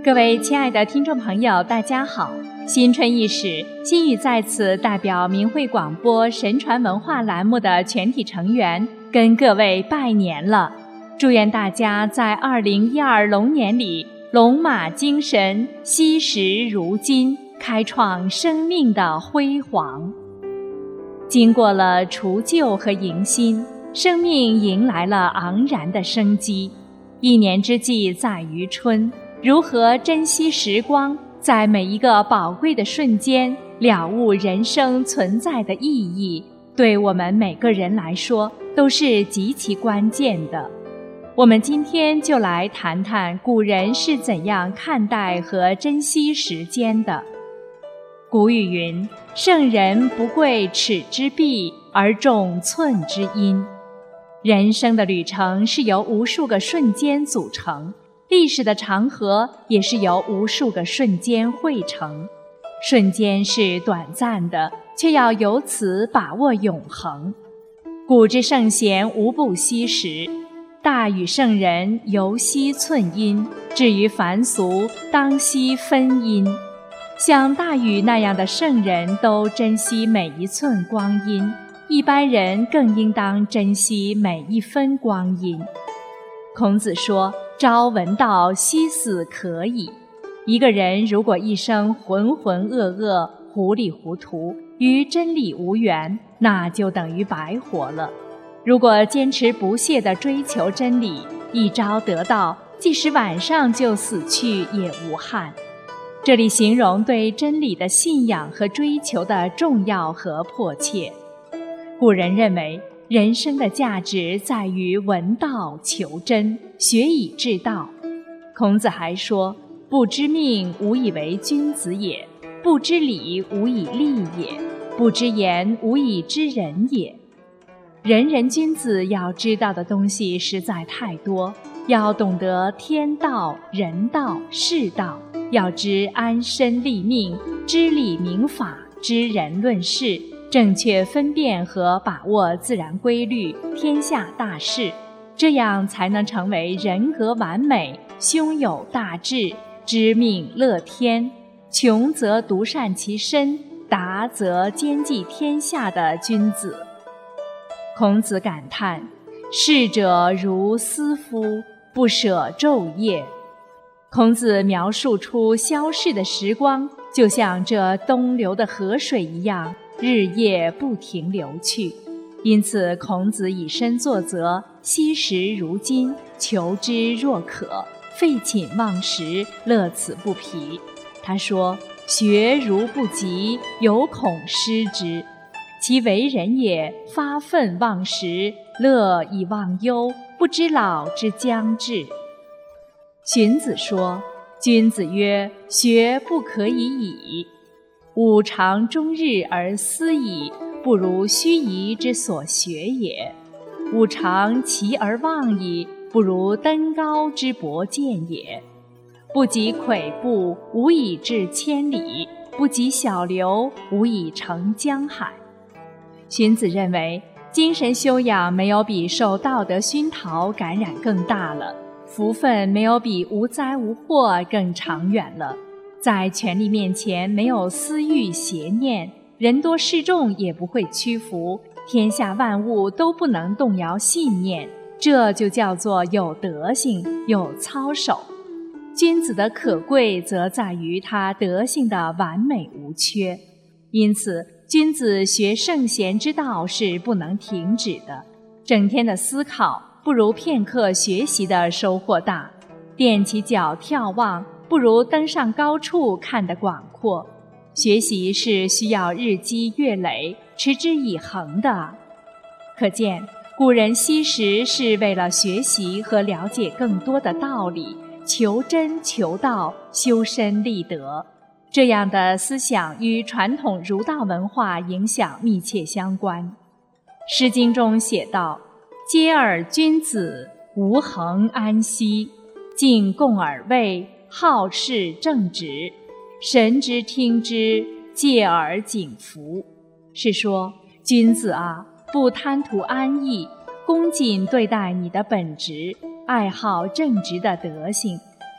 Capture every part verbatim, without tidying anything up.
各位亲爱的听众朋友，大家好！新春伊始，心语在此代表明慧广播神传文化栏目的全体成员，跟各位拜年了。祝愿大家在二零一二龙年里龙马精神，惜时如金，开创生命的辉煌。经过了除旧和迎新，生命迎来了昂然的生机。一年之计在于春，如何珍惜时光，在每一个宝贵的瞬间了悟人生存在的意义，对我们每个人来说都是极其关键的。我们今天就来谈谈古人是怎样看待和珍惜时间的。古语云：圣人不贵尺之璧，而重寸之阴。人生的旅程是由无数个瞬间组成，历史的长河也是由无数个瞬间汇成。瞬间是短暂的，却要由此把握永恒。古之圣贤无不惜时，大禹圣人犹惜寸阴，至于凡俗，当惜分阴。像大禹那样的圣人都珍惜每一寸光阴，一般人更应当珍惜每一分光阴。孔子说：朝闻道，夕死可矣。一个人如果一生浑浑噩噩、糊里糊涂，与真理无缘，那就等于白活了。如果坚持不懈地追求真理，一朝得道，即使晚上就死去也无憾。这里形容对真理的信仰和追求的重要和迫切。古人认为，人生的价值在于闻道求真，学以致道。孔子还说：不知命，无以为君子也；不知礼，无以立也；不知言，无以知人也。人人君子要知道的东西实在太多，要懂得天道、人道、世道，要知安身立命，知理明法，知人论事，正确分辨和把握自然规律、天下大事，这样才能成为人格完美、胸有大志、知命乐天、穷则独善其身、达则兼济天下的君子。孔子感叹：逝者如斯夫，不舍昼夜。孔子描述出消逝的时光，就像这东流的河水一样，日夜不停流去。因此孔子以身作则，惜时如金，求知若渴，废寝忘食，乐此不疲。他说：学如不及，犹恐失之。其为人也，发愤忘食，乐以忘忧，不知老之将至。荀子说：君子曰：学不可以已。吾尝终日而思矣，不如须臾之所学也；吾尝齐而忘矣，不如登高之博见也。不及跬步，无以至千里；不及小流，无以成江海。荀子认为，精神修养没有比受道德熏陶感染更大了，福分没有比无灾无祸更长远了。在权力面前没有私欲邪念，人多势众也不会屈服，天下万物都不能动摇信念，这就叫做有德行、有操守。君子的可贵则在于他德性的完美无缺。因此君子学圣贤之道是不能停止的，整天的思考不如片刻学习的收获大，踮起脚眺望不如登上高处看得广阔。学习是需要日积月累、持之以恒的。可见古人惜时是为了学习和了解更多的道理，求真求道，修身立德。这样的思想与传统儒道文化影响密切相关。诗经中写道：嗟尔君子，无恒安息，敬共尔位，好事正直，神之听之，戒而谨服。是说，君子啊，不贪图安逸，恭谨对待你的本职，爱好正直的德行。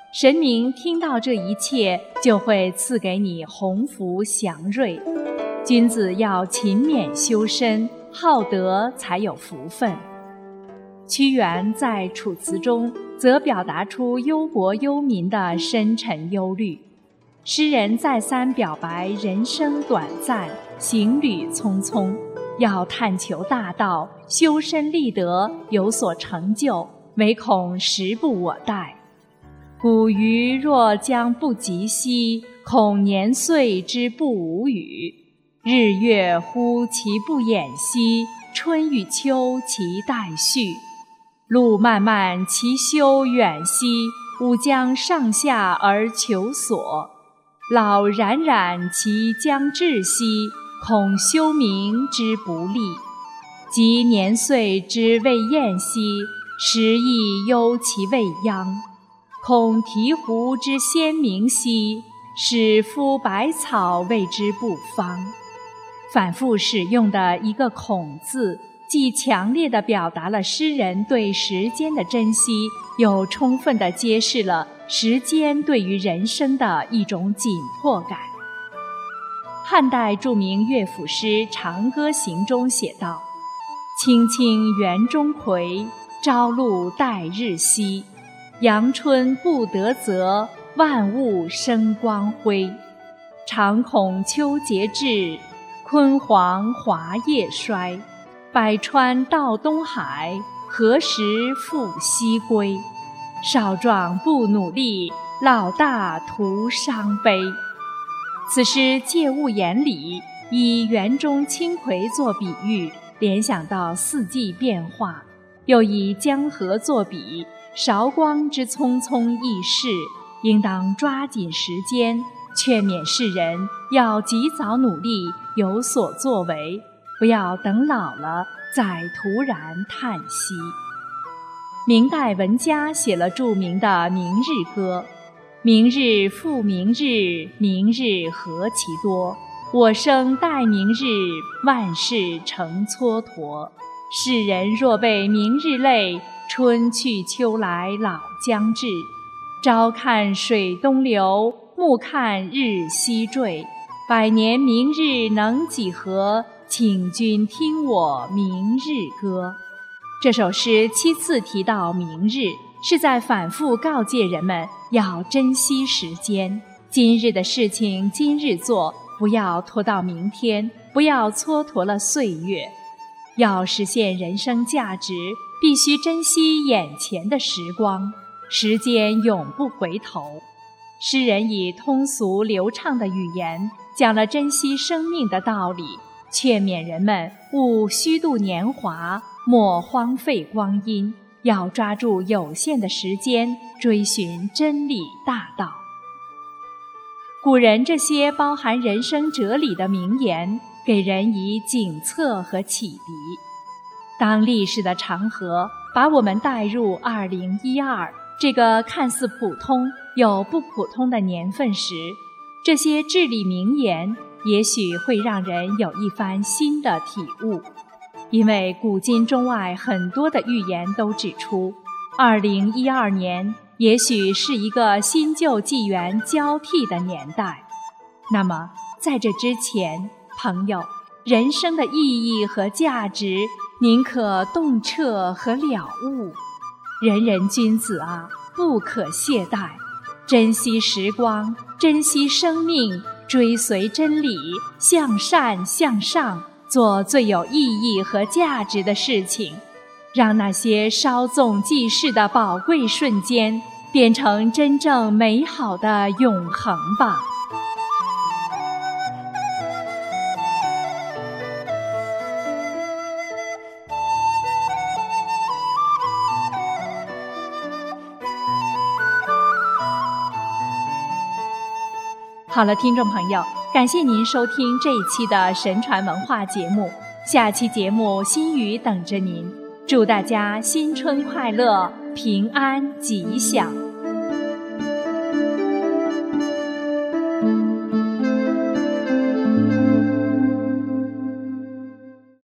神明听到这一切，就会赐给你鸿福祥瑞。君子要勤勉修身，好德才有福分。屈原在《楚辞》中则表达出忧国忧民的深沉忧虑。诗人再三表白人生短暂，行旅匆匆，要探求大道，修身立德，有所成就，唯恐时不我待。古鱼若将不及兮，恐年岁之不吾语。日月乎其不掩兮，春与秋其待续。路漫漫其修远兮，吾将上下而求索。老冉冉其将至兮，恐休明之不利。及年岁之未晏兮，时亦忧其未央。恐醍醐之先明兮，使夫百草谓之不芳。反复使用的一个恐字，既强烈地表达了诗人对时间的珍惜，又充分地揭示了时间对于人生的一种紧迫感。汉代著名乐府诗《长歌行》中写道：青青园中葵，朝露待日晞。阳春布德泽，万物生光辉。常恐秋节至，焜黄华叶衰。百川到东海，何时复西归？少壮不努力，老大徒伤悲。此诗借物言理，以园中青葵作比喻，联想到四季变化；又以江河作比，韶光之匆匆易逝，应当抓紧时间，劝勉世人要及早努力，有所作为，不要等老了再突然叹息。明代文家写了著名的《明日歌》：明日复明日，明日何其多。我生待明日，万事成蹉跎。世人若被明日累，春去秋来老将至。朝看水东流，暮看日西坠。百年明日能几何？请君听我明日歌。这首诗七次提到明日，是在反复告诫人们要珍惜时间，今日的事情今日做，不要拖到明天，不要蹉跎了岁月。要实现人生价值，必须珍惜眼前的时光，时间永不回头。诗人以通俗流畅的语言，讲了珍惜生命的道理，劝勉人们勿虚度年华，莫荒废光阴，要抓住有限的时间，追寻真理大道。古人这些包含人生哲理的名言，给人以警策和启迪。当历史的长河把我们带入二零一二这个看似普通又不普通的年份时，这些至理名言也许会让人有一番新的体悟。因为古今中外很多的预言都指出，二零一二年也许是一个新旧纪元交替的年代。那么在这之前，朋友，人生的意义和价值宁可洞彻和了悟。人人君子啊，不可懈怠，珍惜时光，珍惜生命，追随真理，向善向上，做最有意义和价值的事情，让那些稍纵即逝的宝贵瞬间变成真正美好的永恒吧。好了，听众朋友，感谢您收听这一期的神传文化节目，下期节目心语等着您。祝大家新春快乐，平安吉祥。